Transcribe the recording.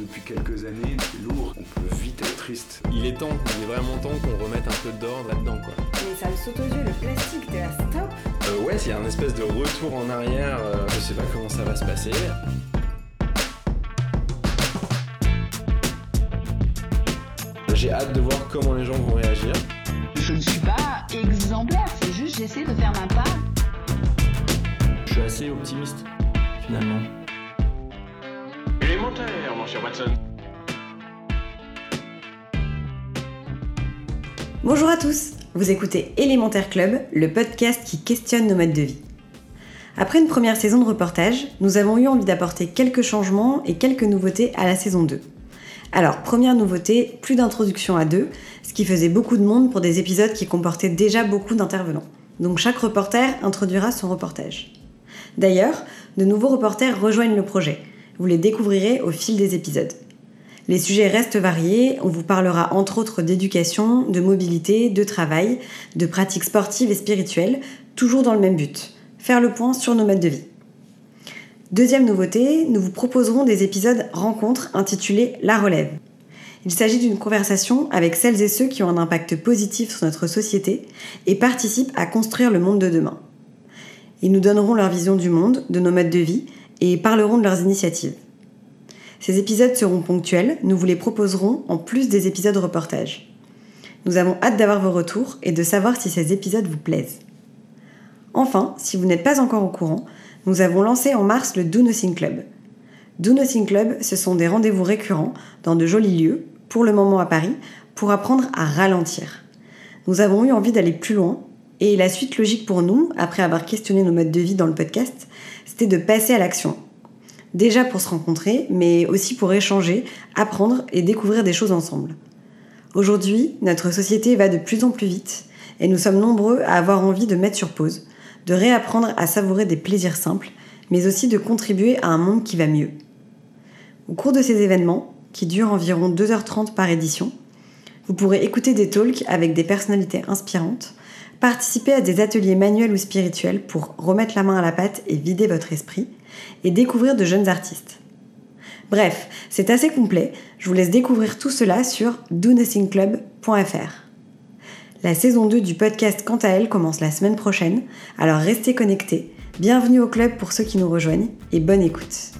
depuis quelques années, c'est lourd, on peut vite être triste. Il est vraiment temps qu'on remette un peu d'ordre là-dedans, quoi. Mais ça me saute aux yeux, le plastique, t'es là, stop. Ouais, il y a un espèce de retour en arrière, je sais pas comment ça va se passer. J'ai hâte de voir comment les gens vont réagir. Je ne suis pas exemplaire, c'est juste j'essaie de faire ma part. Je suis assez optimiste, finalement. Élémentaire, mon cher Watson. Bonjour à tous, vous écoutez Élémentaire Club, le podcast qui questionne nos modes de vie. Après une première saison de reportage, nous avons eu envie d'apporter quelques changements et quelques nouveautés à la saison 2. Alors, première nouveauté, plus d'introduction à deux, ce qui faisait beaucoup de monde pour des épisodes qui comportaient déjà beaucoup d'intervenants. Donc chaque reporter introduira son reportage. D'ailleurs, de nouveaux reporters rejoignent le projet. Vous les découvrirez au fil des épisodes. Les sujets restent variés, on vous parlera entre autres d'éducation, de mobilité, de travail, de pratiques sportives et spirituelles, toujours dans le même but, faire le point sur nos modes de vie. Deuxième nouveauté, nous vous proposerons des épisodes rencontres intitulés « La relève ». Il s'agit d'une conversation avec celles et ceux qui ont un impact positif sur notre société et participent à construire le monde de demain. Ils nous donneront leur vision du monde, de nos modes de vie et parleront de leurs initiatives. Ces épisodes seront ponctuels, nous vous les proposerons en plus des épisodes reportage. Nous avons hâte d'avoir vos retours et de savoir si ces épisodes vous plaisent. Enfin, si vous n'êtes pas encore au courant, nous avons lancé en mars le Do Nothing Club. Do Nothing Club, ce sont des rendez-vous récurrents dans de jolis lieux, pour le moment à Paris, pour apprendre à ralentir. Nous avons eu envie d'aller plus loin, et la suite logique pour nous, après avoir questionné nos modes de vie dans le podcast, c'était de passer à l'action. Déjà pour se rencontrer, mais aussi pour échanger, apprendre et découvrir des choses ensemble. Aujourd'hui, notre société va de plus en plus vite, et nous sommes nombreux à avoir envie de mettre sur pause, de réapprendre à savourer des plaisirs simples, mais aussi de contribuer à un monde qui va mieux. Au cours de ces événements, qui durent environ 2h30 par édition, vous pourrez écouter des talks avec des personnalités inspirantes, participer à des ateliers manuels ou spirituels pour remettre la main à la pâte et vider votre esprit, et découvrir de jeunes artistes. Bref, c'est assez complet, je vous laisse découvrir tout cela sur donothingclub.fr. La saison 2 du podcast, quant à elle, commence la semaine prochaine, alors restez connectés. Bienvenue au club pour ceux qui nous rejoignent et bonne écoute.